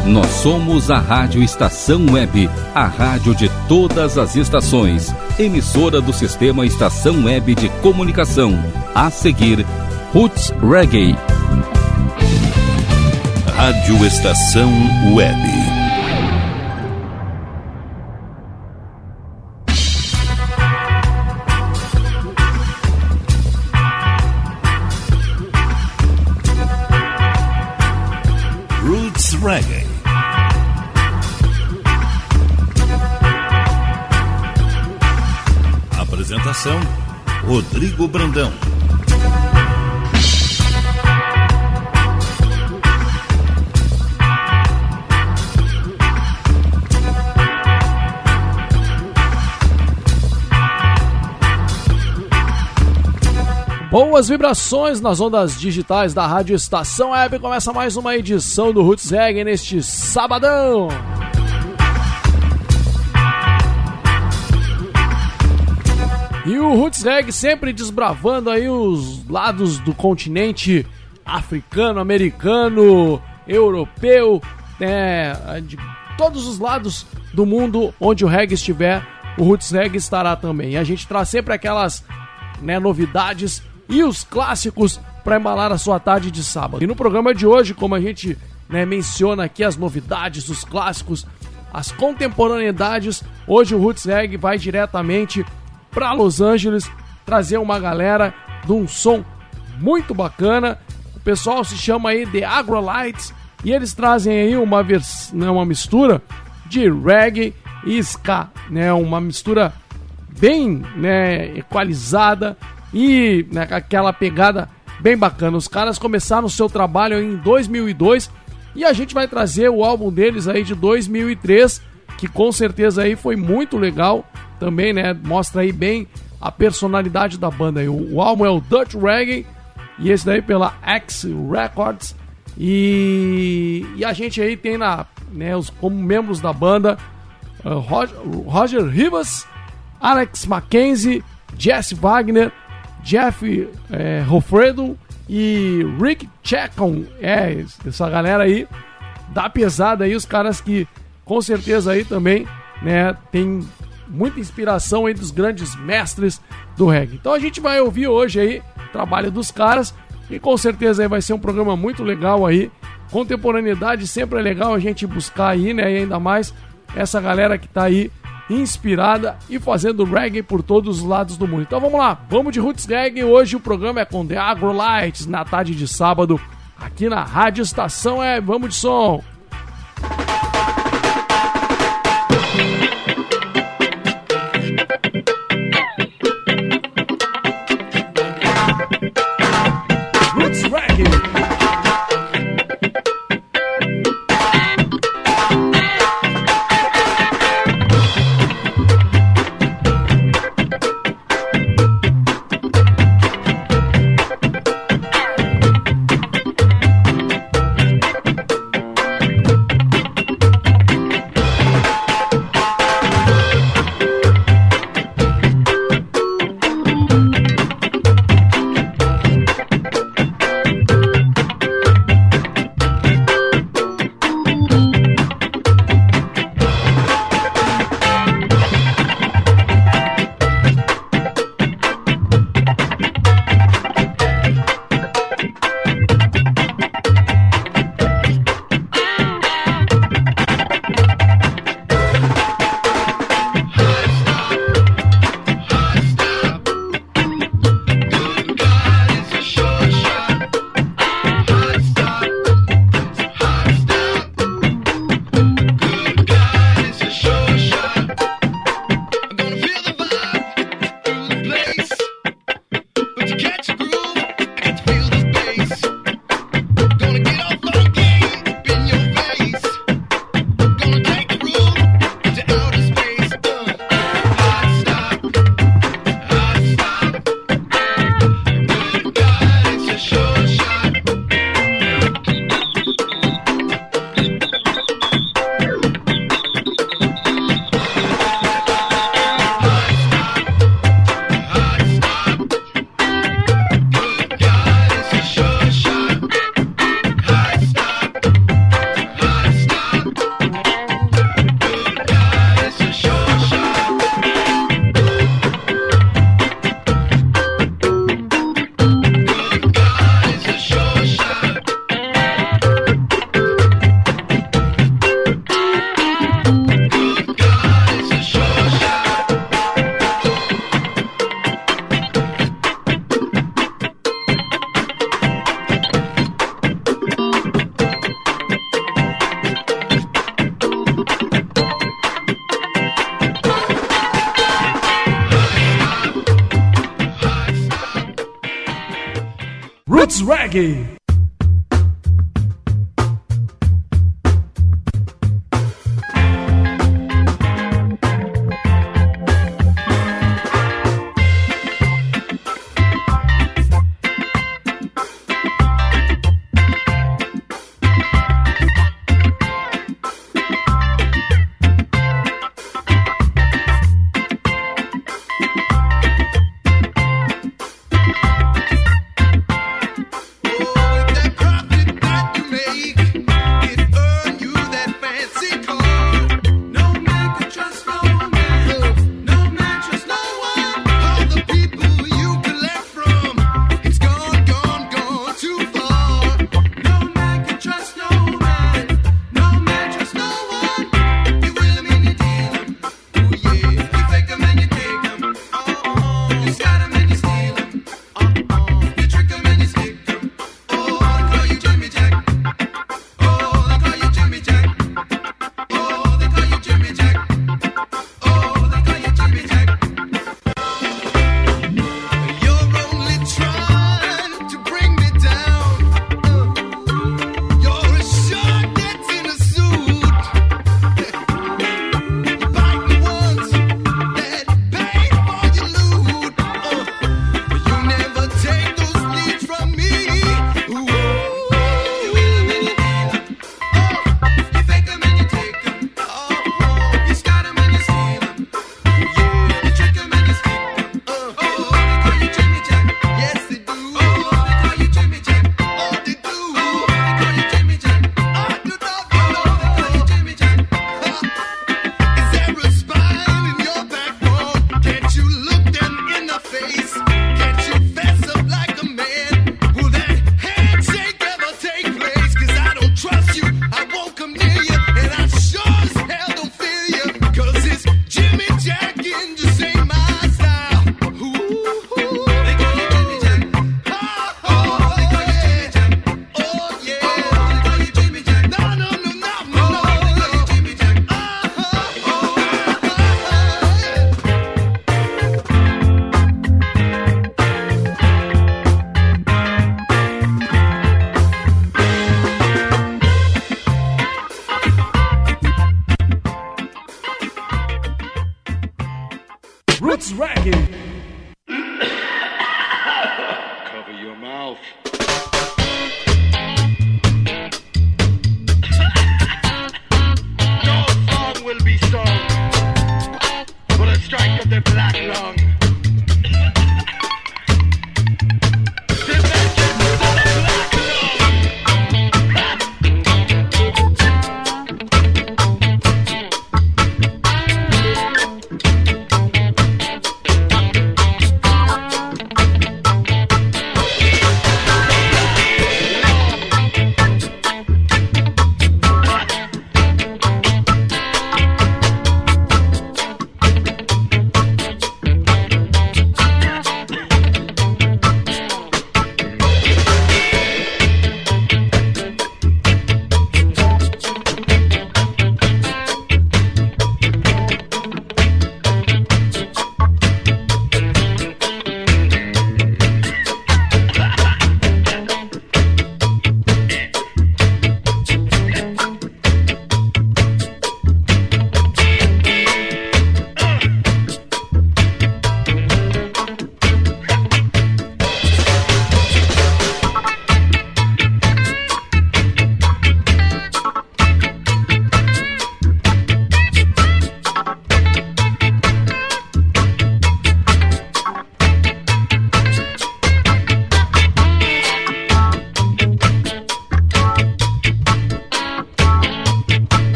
Nós somos a Rádio Estação Web, a rádio de todas as estações, emissora do Sistema Estação Web de Comunicação. A seguir, Roots Reggae. Rádio Estação Web. Roots Reggae. Apresentação: Rodrigo Brandão. Boas vibrações nas ondas digitais da Rádio Estação Web. Começa mais uma edição do Roots Reggae neste sabadão. E o Roots Reggae sempre desbravando aí os lados do continente africano, americano, europeu, de todos os lados do mundo onde o reggae estiver, o Roots Reggae estará também. E a gente traz sempre aquelas novidades e os clássicos para embalar a sua tarde de sábado. E no programa de hoje, como a gente menciona aqui as novidades, os clássicos, as contemporaneidades, hoje o Roots Reggae vai diretamente para Los Angeles trazer uma galera de um som muito bacana. O pessoal se chama aí The Agrolites e eles trazem aí uma mistura de reggae e ska, uma mistura bem equalizada e com aquela pegada bem bacana. Os caras começaram o seu trabalho em 2002 e a gente vai trazer o álbum deles aí de 2003, que com certeza aí foi muito legal também, mostra aí bem a personalidade da banda aí. O álbum é o Dutch Reggae e esse daí pela X Records e a gente aí tem como membros da banda Roger Rivas, Alex Mackenzie, Jesse Wagner, Jeff Hofredo e Rick Chacon. Essa galera aí da pesada aí, os caras que com certeza aí também tem muita inspiração aí dos grandes mestres do reggae. Então a gente vai ouvir hoje aí o trabalho dos caras e com certeza aí vai ser um programa muito legal aí. Contemporaneidade sempre é legal a gente buscar aí, e ainda mais essa galera que tá aí inspirada e fazendo reggae por todos os lados do mundo. Então vamos lá, vamos de Roots Reggae. Hoje o programa é com The Agrolites na tarde de sábado aqui na Rádio Estação. Vamos de som. Roots Reggae. Roots Reggae. Oh,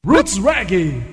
Roots Reggae.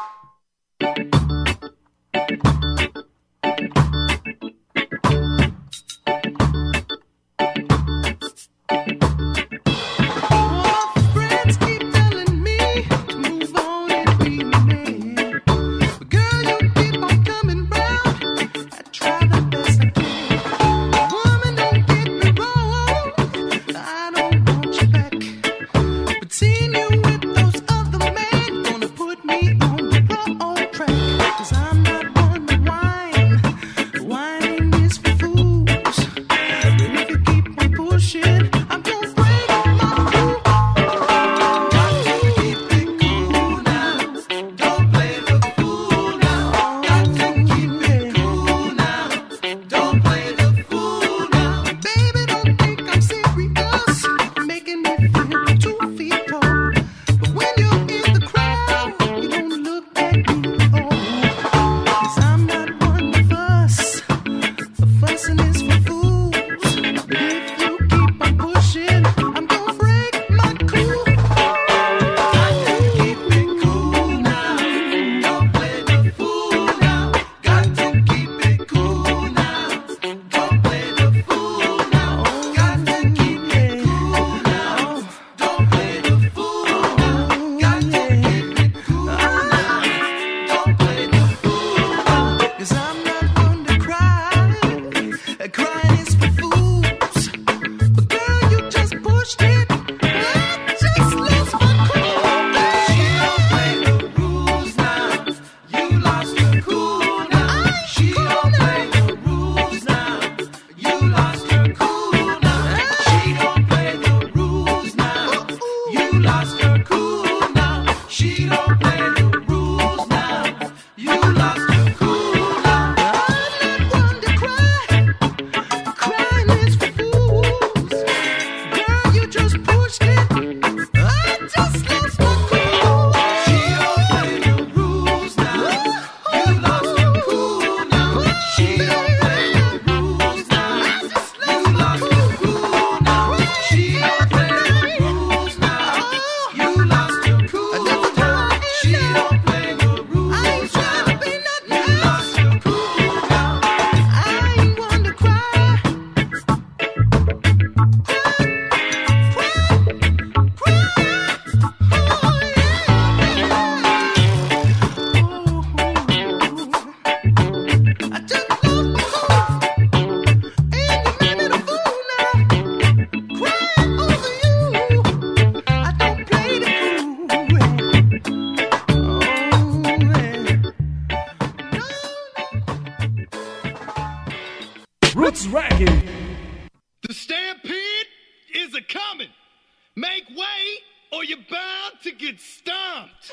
Roots Reggae. The stampede is a-coming. Make way or you're bound to get stomped.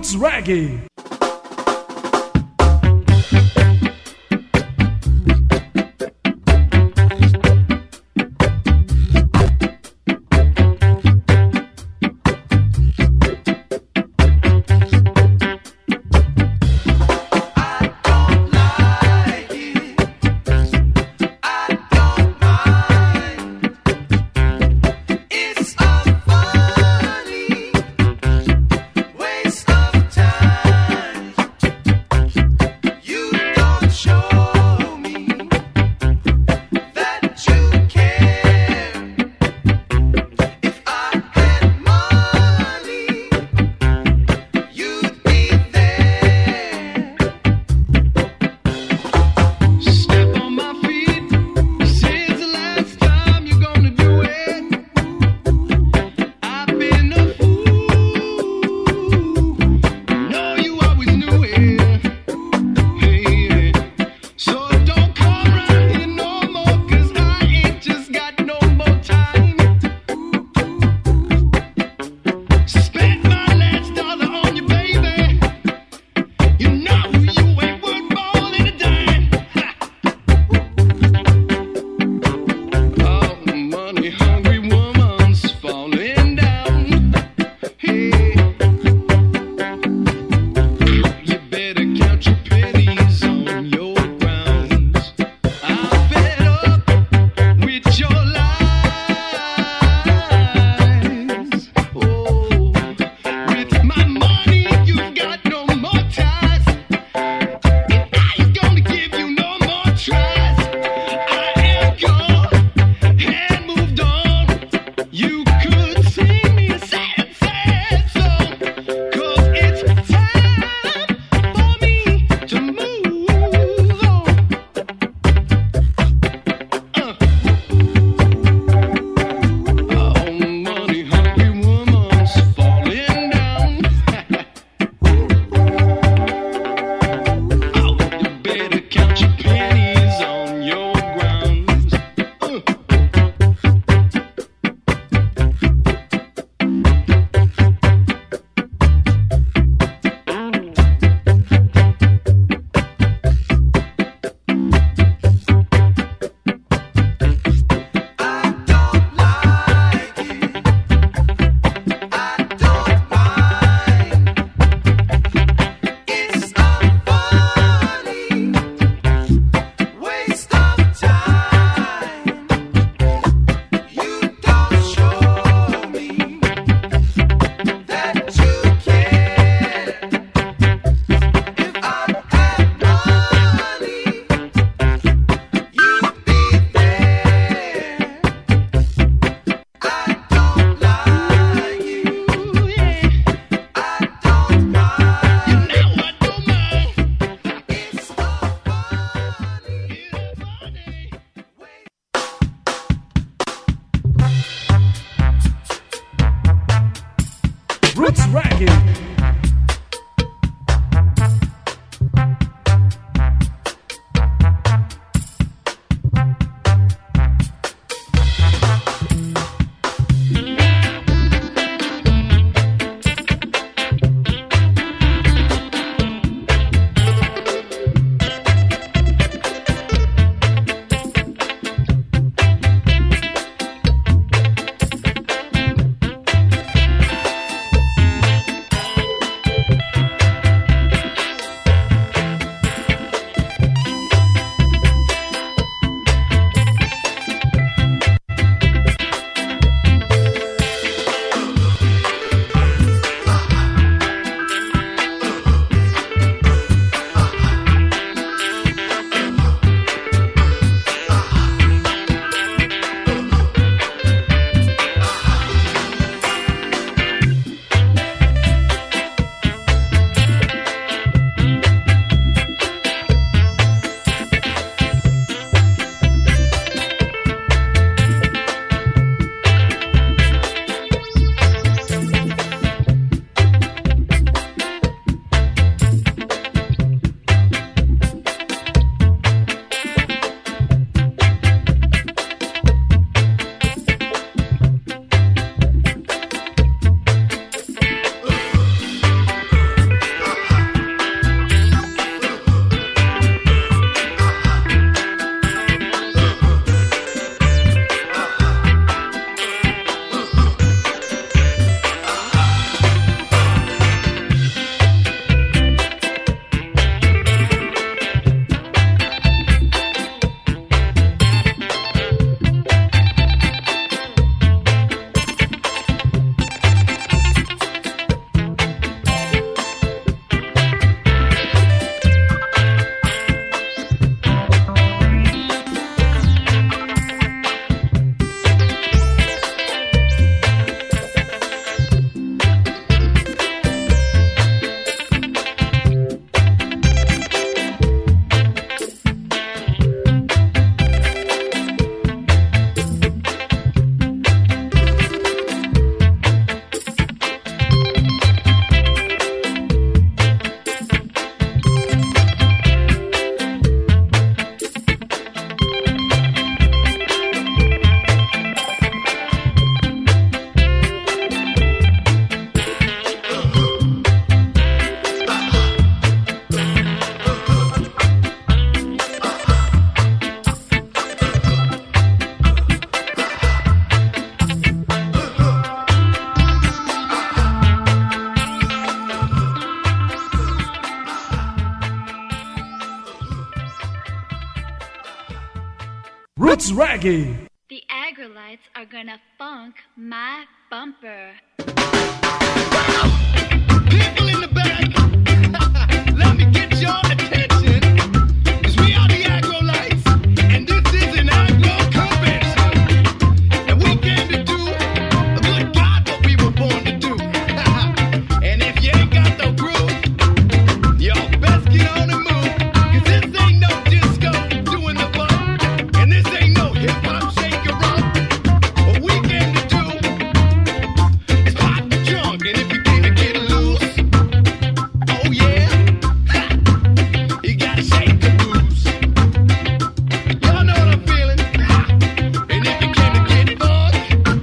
Roots Reggae. Waste of time. Roots Reggae. The Agrolites are gonna funk my bumper. People in the back, let me get your attention. 'Cause we are the Agrolites, and this is an Agro convention. And we came to do a good God what we were born to do. And if you ain't got the groove, you best get on the move. 'Cause this ain't no disco doing the bump, and this ain't no hip-hop shake your rump. What we came to do is pop the trunk, and if you came to get loose, oh yeah, you gotta shake the boots. Y'all know what I'm feeling. And if you came to get funk,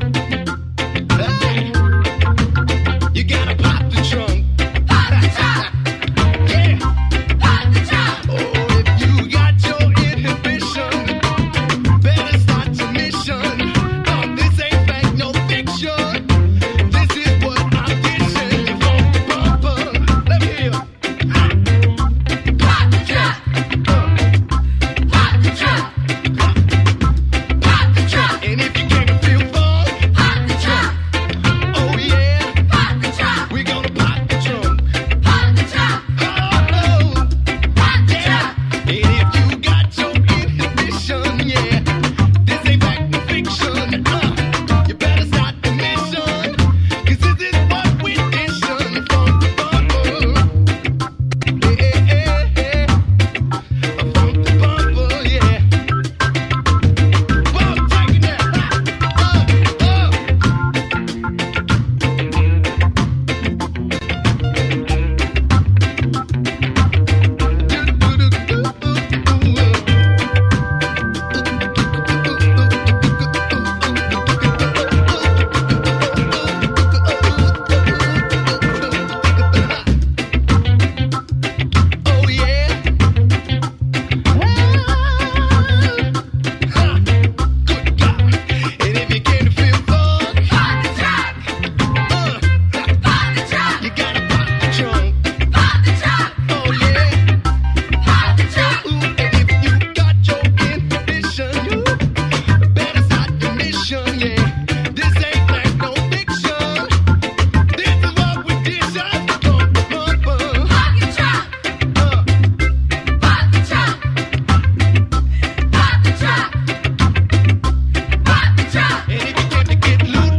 you gotta pop the trunk. Pop the trunk. Yeah. Pop the trunk. Oh, if you got your inhibition, better start your mission. This ain't fact, no fiction. This is what I'm dishing. You want the bumper? Let me hear. Pop the trunk. Pop the trunk. Pop the trunk. And if you came to feel funk, pop the trunk. Oh yeah, pop the trunk. We gonna pop the trunk. Pop the trunk. Oh, pop the trunk. And if you got your inhibition, yeah, this ain't fact, no fiction. You better start the mission. 'Cause this is what we dishing from the bumper. Yeah. From the bumper, yeah. Whoa, take it now. Oh yeah. Good God. And if you came to feel funk, pop the trunk. Pop the trunk. You gotta pop the trunk. Pop the trunk. Oh yeah. Pop the trunk. Ooh, and if you got your inhibition, you better start the mission, yeah. This ain't like no fiction. This is what we did just from the bumper. Pop the trunk. Pop the trunk. Pop the trunk. Pop the trunk. And if you get to get loose,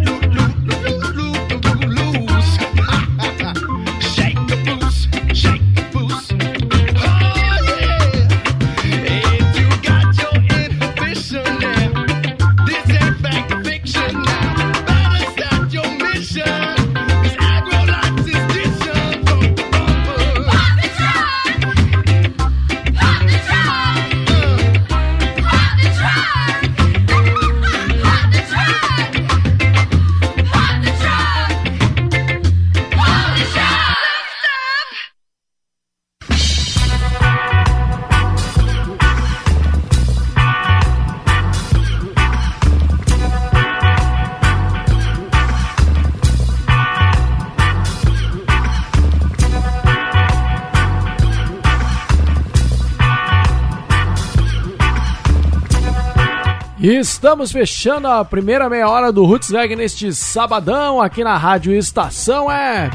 shake the boots, shake the boots. Oh yeah. If you got your inhibition now, this ain't fact or fiction now. Better start your mission. 'Cause Agrolites is dishing from the bumper. Pop the trunk. Pop the trunk. Pop the trunk. Pop the trunk. Pop the trunk. Pop the trunk. E estamos fechando a primeira meia hora do Roots Reggae neste sabadão aqui na Rádio Estação Web.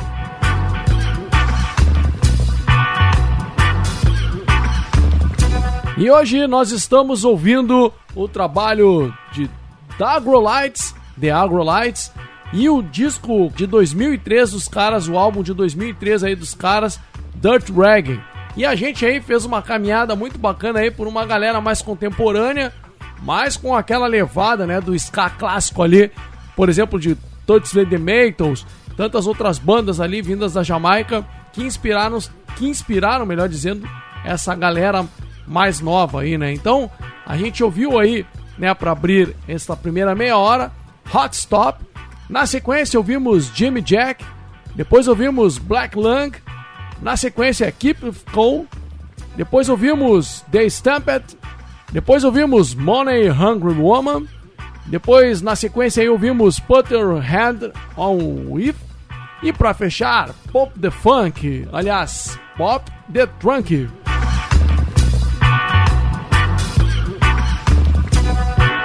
E hoje nós estamos ouvindo o trabalho da Agrolites, The Agrolites, e o disco de 2003 dos caras, o álbum de 2003 aí dos caras, Dirt Reggae. E a gente aí fez uma caminhada muito bacana aí por uma galera mais contemporânea, mas com aquela levada, né, do ska clássico ali, por exemplo, de Touch the Maytals, tantas outras bandas ali vindas da Jamaica que inspiraram, melhor dizendo, essa galera mais nova aí, né? Então, a gente ouviu aí, né, para abrir esta primeira meia hora, Hot Stop. Na sequência ouvimos Jimmy Jack, depois ouvimos Black Lung, na sequência Keep It Cool, depois ouvimos The Stampede, depois ouvimos Money Hungry Woman, depois na sequência aí ouvimos Put Your Hand On It, e pra fechar, Pop the Funk, aliás, Pop the Trunk.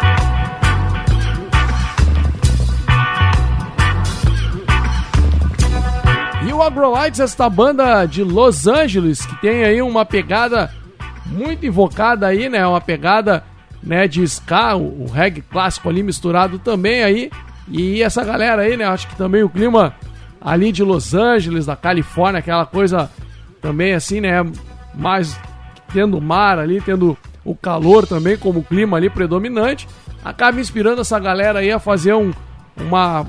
o Agrolites, esta banda de Los Angeles, que tem aí uma pegada muito invocada aí, né? Uma pegada, né, de ska, o reggae clássico ali misturado também aí. E essa galera aí, né? Acho que também o clima ali de Los Angeles, da Califórnia, aquela coisa também assim, né? Mais tendo o mar ali, tendo o calor também como clima ali predominante, acaba inspirando essa galera aí a fazer uma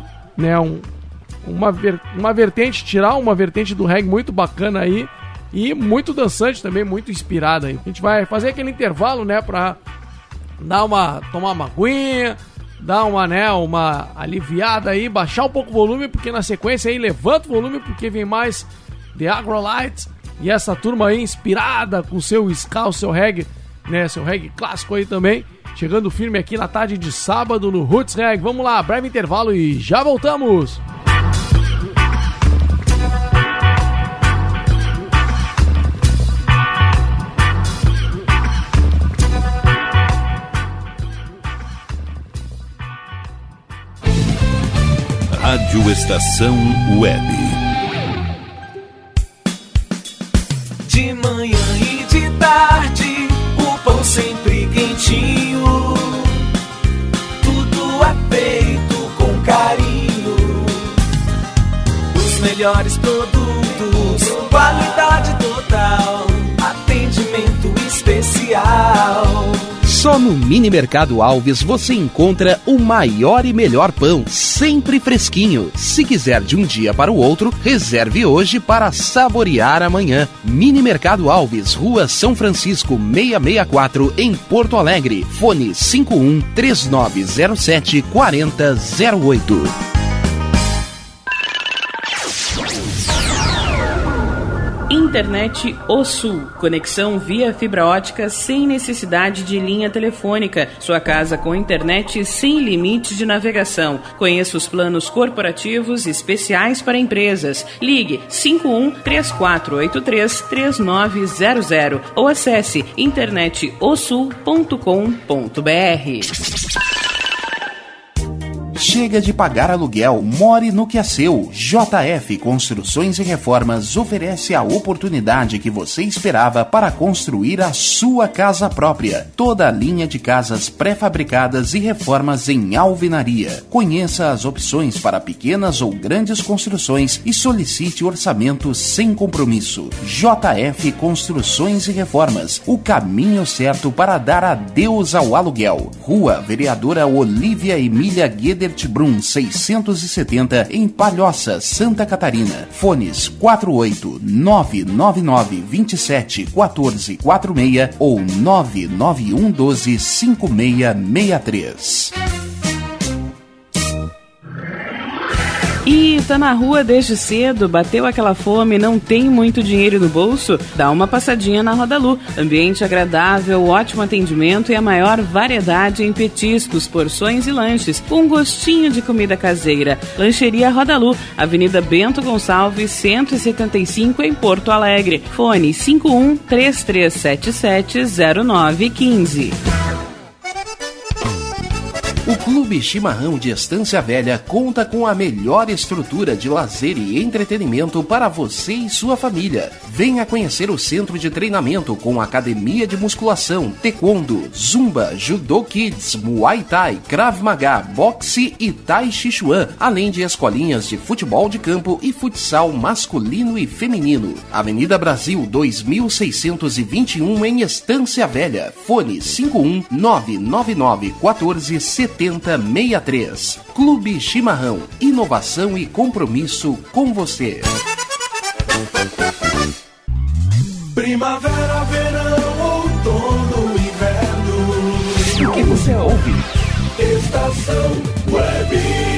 vertente, tirar uma vertente do reggae muito bacana aí e muito dançante também, muito inspirada aí. A gente vai fazer aquele intervalo, né, pra tomar uma aguinha, dar uma aliviada aí, baixar um pouco o volume, porque na sequência aí levanta o volume, porque vem mais The Agrolites e essa turma aí inspirada com o seu ska, o seu reggae, né, seu reggae clássico aí também, chegando firme aqui na tarde de sábado no Roots Reggae. Vamos lá, breve intervalo e já voltamos. Rádio Estação Web. De manhã e de tarde, o pão sempre quentinho. Tudo é feito com carinho. Os melhores produtos, qualidade total, atendimento especial. Só no Mini Mercado Alves você encontra o maior e melhor pão, sempre fresquinho. Se quiser de um dia para o outro, reserve hoje para saborear amanhã. Mini Mercado Alves, Rua São Francisco 664, em Porto Alegre. Fone 51 3907 4008. Internet O Sul. Conexão via fibra ótica sem necessidade de linha telefônica. Sua casa com internet sem limite de navegação. Conheça os planos corporativos especiais para empresas. Ligue 51-3483-3900 ou acesse internetosul.com.br. Chega de pagar aluguel, more no que é seu. JF Construções e Reformas oferece a oportunidade que você esperava para construir a sua casa própria. Toda a linha de casas pré-fabricadas e reformas em alvenaria. Conheça as opções para pequenas ou grandes construções e solicite orçamento sem compromisso. JF Construções e Reformas, o caminho certo para dar adeus ao aluguel. Rua Vereadora Olívia Emília Gueder Brum 670, em Palhoça, Santa Catarina. Fones 48999271446 ou 991125663. E tá na rua desde cedo, bateu aquela fome, não tem muito dinheiro no bolso? Dá uma passadinha na Rodalu. Ambiente agradável, ótimo atendimento e a maior variedade em petiscos, porções e lanches, com gostinho de comida caseira. Lancheria Rodalu, Avenida Bento Gonçalves, 175, em Porto Alegre. Fone 51-3377-0915. O Clube Chimarrão de Estância Velha conta com a melhor estrutura de lazer e entretenimento para você e sua família. Venha conhecer o centro de treinamento com academia de musculação, taekwondo, zumba, judô kids, muay thai, krav maga, boxe e tai chi chuan, além de escolinhas de futebol de campo e futsal masculino e feminino. Avenida Brasil 2621, em Estância Velha. Fone 51999147063. Clube Chimarrão, inovação e compromisso com você. Primavera, verão, outono, inverno. O que você ouve? Estação Web.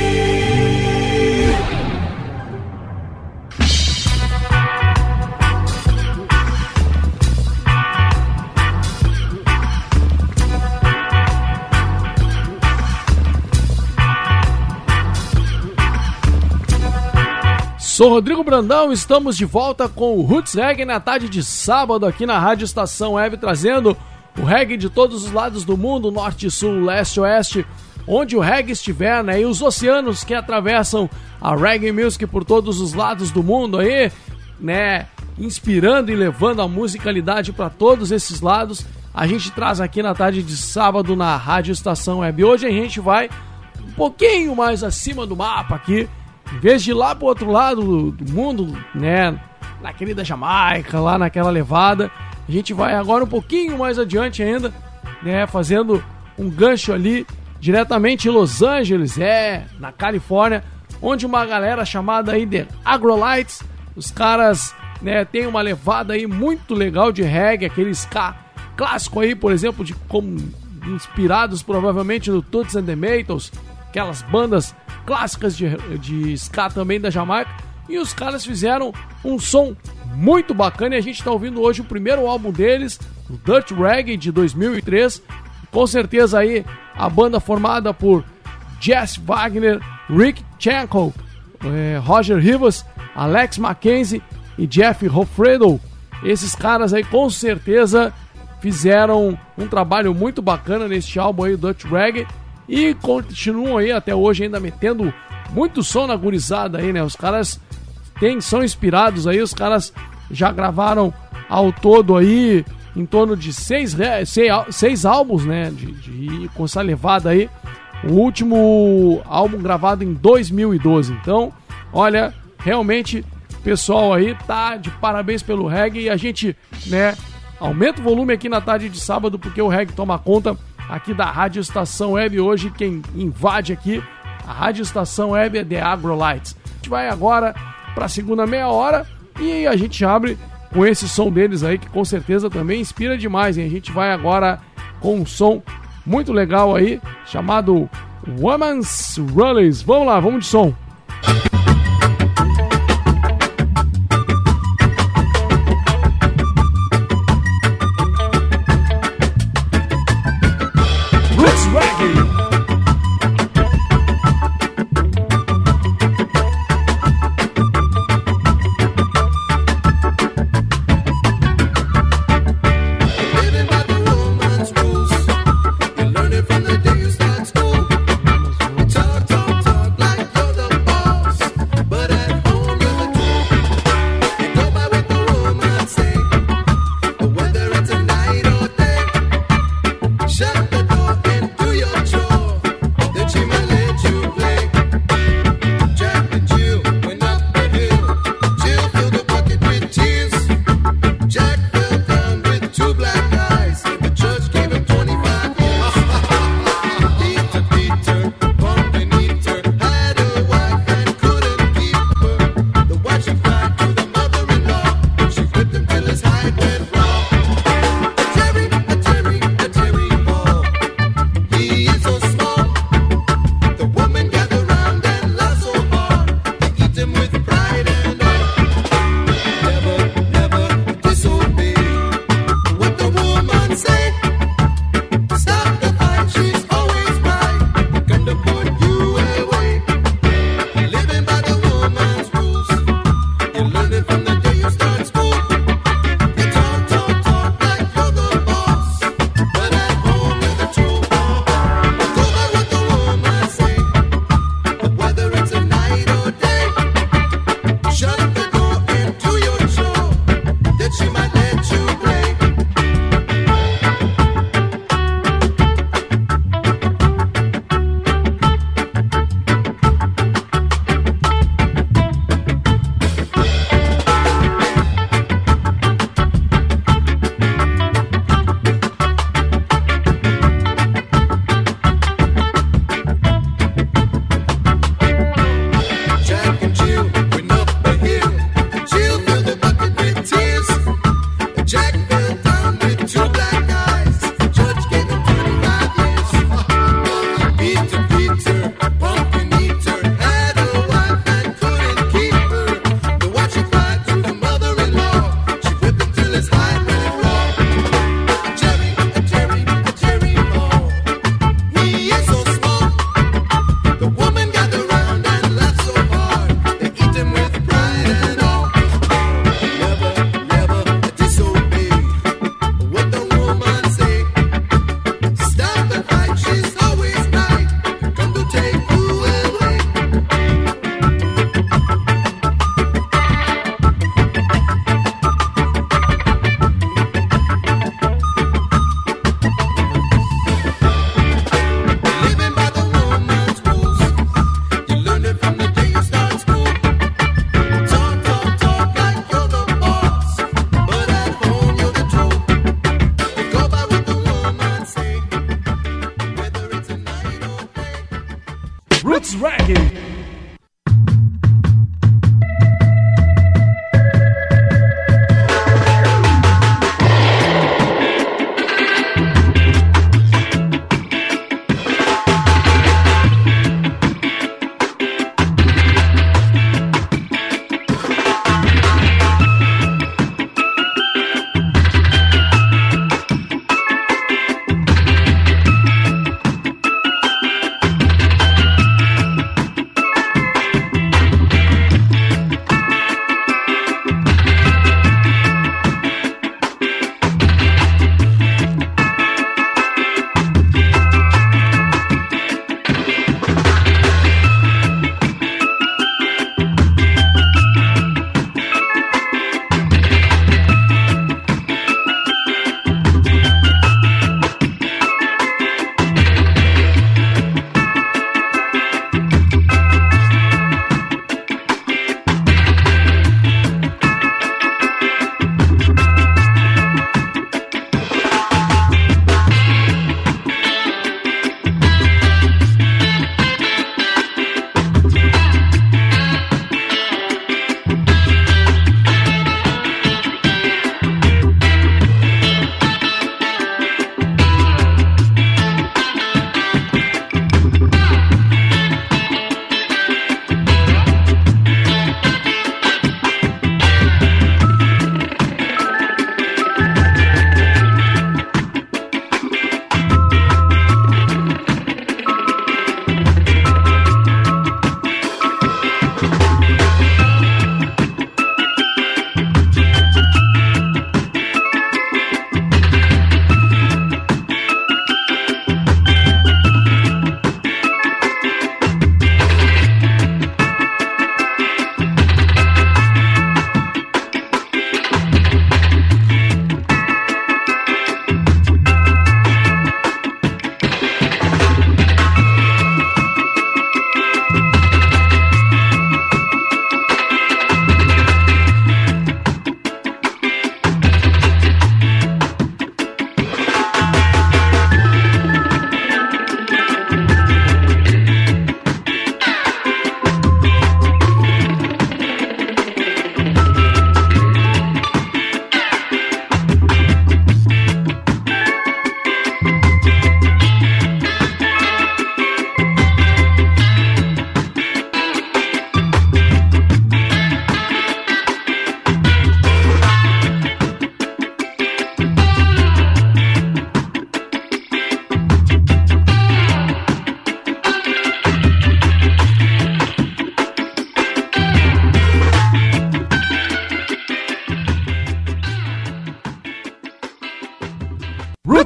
Sou Rodrigo Brandão, estamos de volta com o Roots Reggae na tarde de sábado aqui na Rádio Estação Web, trazendo o reggae de todos os lados do mundo, norte, sul, leste, oeste, onde o reggae estiver, né? E os oceanos que atravessam a reggae music por todos os lados do mundo aí, né? Inspirando e levando a musicalidade para todos esses lados. A gente traz aqui na tarde de sábado na Rádio Estação Web. Hoje a gente vai um pouquinho mais acima do mapa aqui. Em vez de ir lá pro outro lado do mundo, né? Na querida Jamaica, lá naquela levada. A gente vai agora um pouquinho mais adiante ainda, né? Fazendo um gancho ali diretamente em Los Angeles, na Califórnia, onde uma galera chamada aí de Agrolites, os caras, né, tem uma levada aí muito legal de reggae, aquele ska clássico aí, por exemplo, inspirados provavelmente no Toots and the Maytals, aquelas bandas clássicas de ska também da Jamaica, e os caras fizeram um som muito bacana, e a gente está ouvindo hoje o primeiro álbum deles, o Dirt Reggae de 2003, com certeza aí a banda formada por Jess Wagner, Rick Chanko, Roger Rivas, Alex Mackenzie e Jeff Hofredo. Esses caras aí com certeza fizeram um trabalho muito bacana neste álbum aí, Dutch Reggae, e continuam aí até hoje ainda metendo muito som na gurizada aí, né? Os caras são inspirados aí, os caras já gravaram ao todo aí em torno de 6 álbuns, né? Com essa levada aí. O último álbum gravado em 2012. Então, olha, realmente o pessoal aí tá de parabéns pelo reggae, e a gente, né, aumenta o volume aqui na tarde de sábado, porque o reggae toma conta aqui da Rádio Estação Web. Hoje quem invade aqui a Rádio Estação Web é The Agrolites. A gente vai agora para a segunda meia hora e a gente abre com esse som deles aí, que com certeza também inspira demais, hein? A gente vai agora com um som muito legal aí, chamado Woman's Rallies. Vamos lá, vamos de som. Roots Reggae. From the day you start school, talk like you're the boss.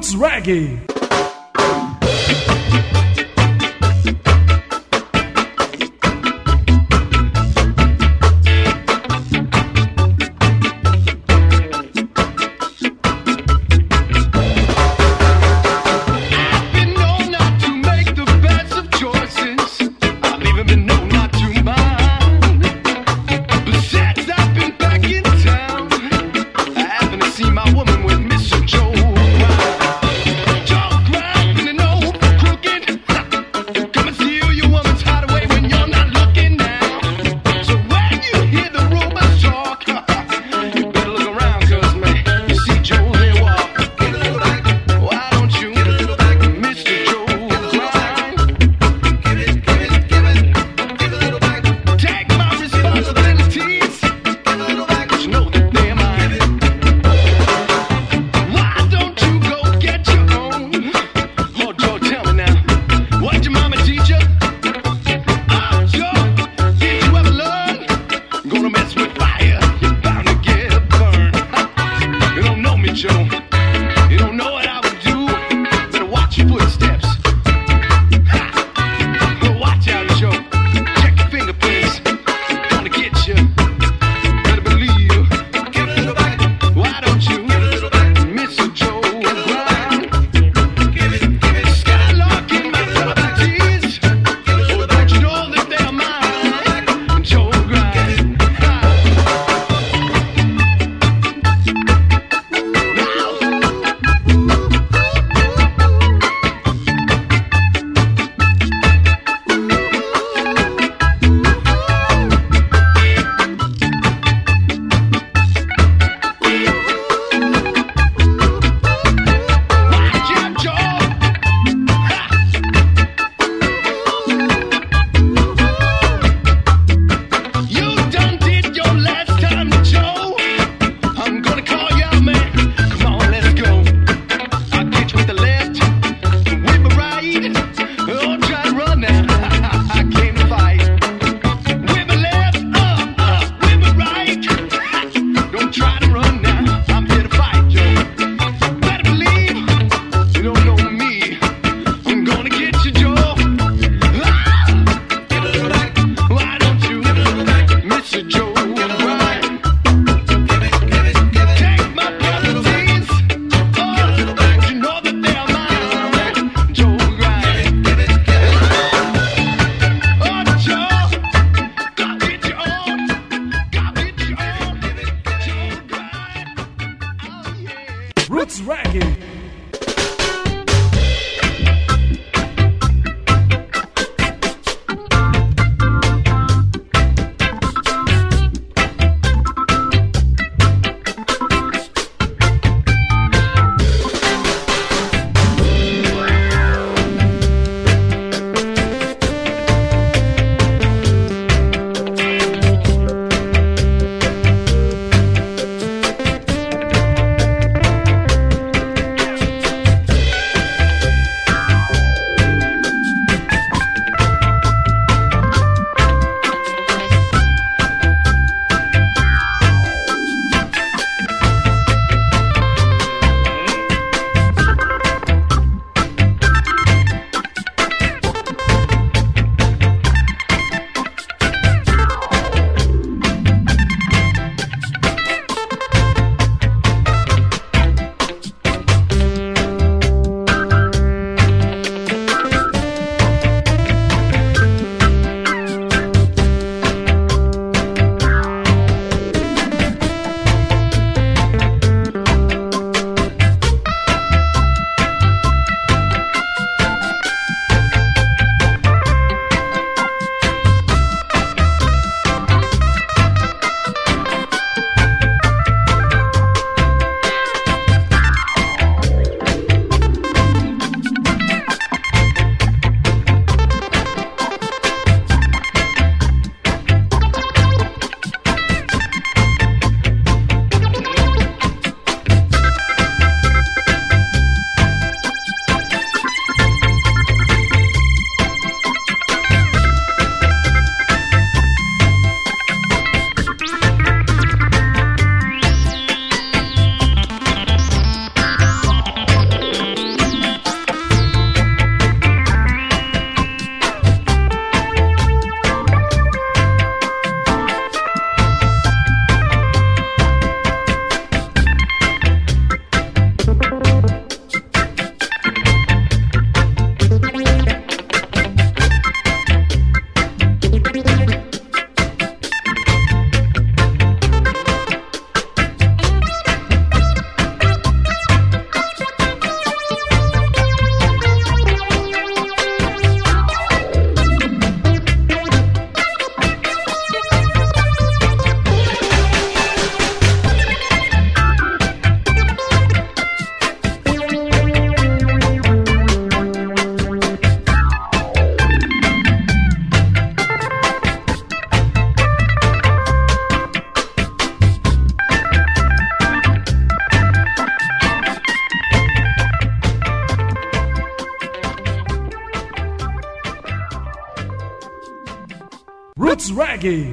Roots Reggae. See my woman with Mr. Joe. Roots Reggae.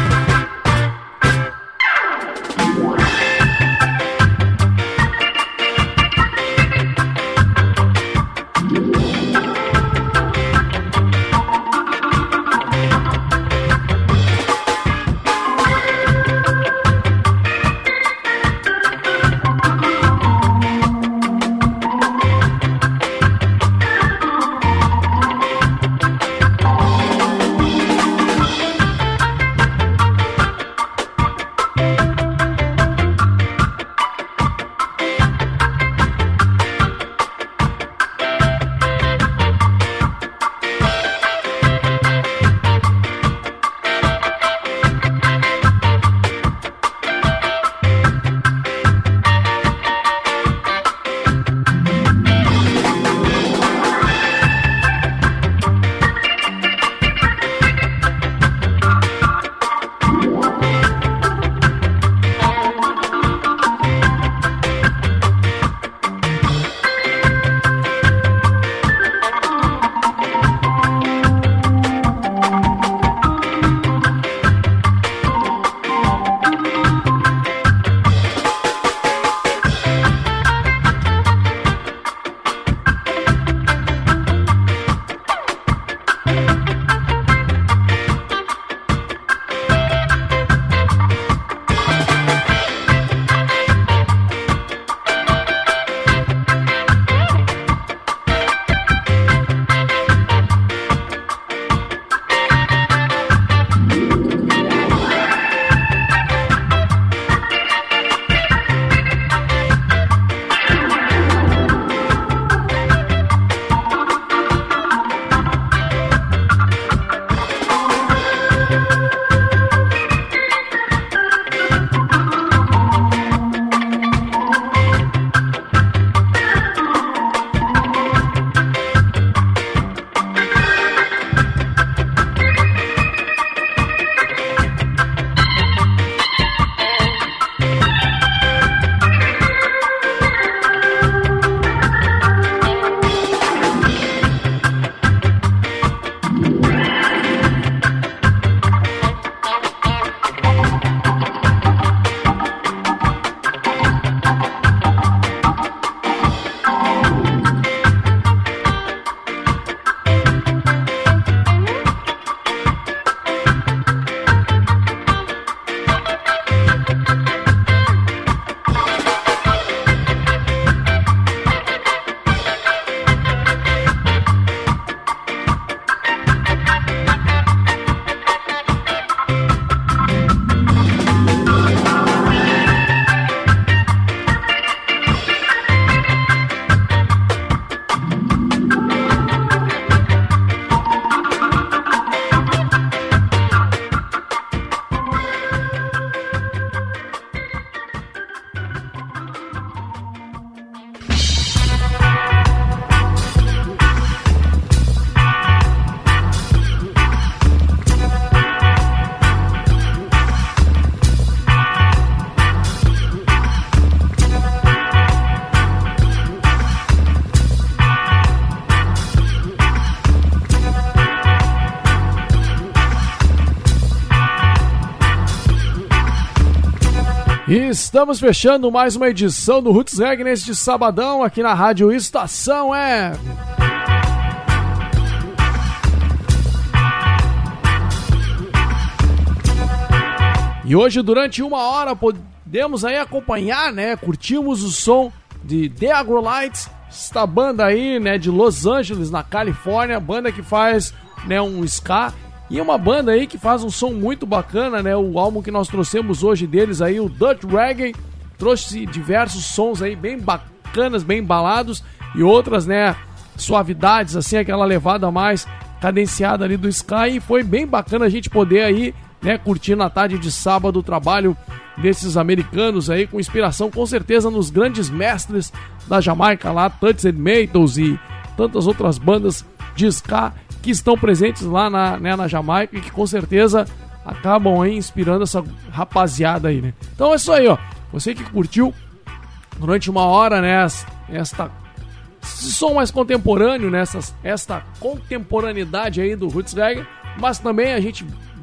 E estamos fechando mais uma edição do Roots Reggae neste sabadão aqui na Rádio Estação Web. E hoje, durante uma hora, podemos aí acompanhar, né? Curtimos o som de The Agrolites, esta banda aí, né? De Los Angeles, na Califórnia, banda que faz, né? Um ska. E uma banda aí que faz um som muito bacana, né? O álbum que nós trouxemos hoje deles aí, o Dutch Reggae, trouxe diversos sons aí bem bacanas, bem embalados, e outras, né? Suavidades, assim, aquela levada mais cadenciada ali do ska. E foi bem bacana a gente poder aí, né, curtir na tarde de sábado o trabalho desses americanos aí, com inspiração com certeza nos grandes mestres da Jamaica lá, Tuts and Maytals e tantas outras bandas de ska que estão presentes lá na Jamaica e que com certeza acabam aí inspirando essa rapaziada aí, né? Então é isso aí, ó. Você que curtiu durante uma hora, né, esse som mais contemporâneo, né, esta contemporaneidade aí do Roots Reggae, mas também a gente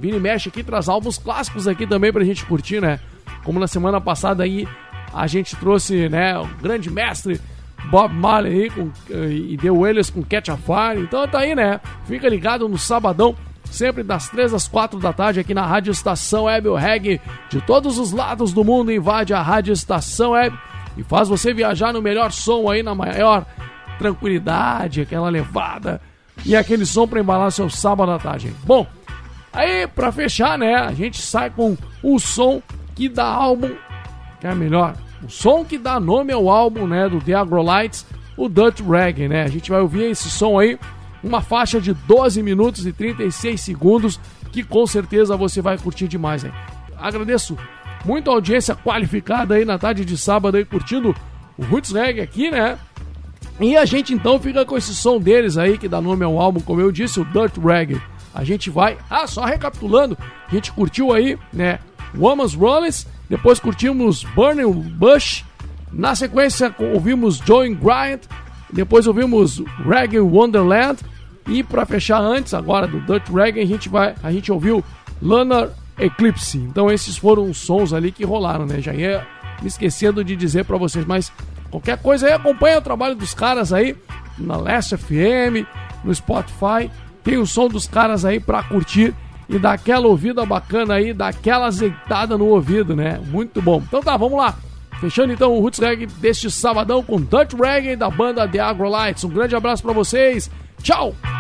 vira e mexe aqui, traz álbuns clássicos aqui também pra gente curtir, né? Como na semana passada aí a gente trouxe, né, o grande mestre Bob Marley aí e The Wailers com Catch a Fire. Então tá aí, né? Fica ligado no sabadão, sempre das 3 às 4 da tarde aqui na Rádio Estação Web. O reggae de todos os lados do mundo invade a Rádio Estação Web e faz você viajar no melhor som aí, na maior tranquilidade, aquela levada e aquele som pra embalar seu sábado à tarde. Bom, aí pra fechar, né, a gente sai com o som que dá álbum, que é melhor, o som que dá nome ao álbum, né, do The Agrolites, o Dutch Reggae, né? A gente vai ouvir esse som aí, uma faixa de 12 minutos e 36 segundos, que com certeza você vai curtir demais, né? Agradeço muito a audiência qualificada aí na tarde de sábado aí, curtindo o Roots Reggae aqui, né? E a gente então fica com esse som deles aí, que dá nome ao álbum, como eu disse, o Dutch Reggae. A gente vai... só recapitulando, a gente curtiu aí, né, Woman's Rollins, depois curtimos Burning Bush, na sequência ouvimos Joan Bryant, depois ouvimos Reggae Wonderland, e para fechar antes agora do Dutch Reggae, a gente ouviu Lunar Eclipse. Então esses foram os sons ali que rolaram, né? Já ia me esquecendo de dizer para vocês, mas qualquer coisa aí, acompanha o trabalho dos caras aí na Last FM, no Spotify, tem o som dos caras aí para curtir e dar aquela ouvida bacana aí, dar aquela azeitada no ouvido, né? Muito bom. Então tá, vamos lá. Fechando então o Roots Reggae deste sabadão com Dutch Reggae da banda The Agrolites. Um grande abraço pra vocês. Tchau!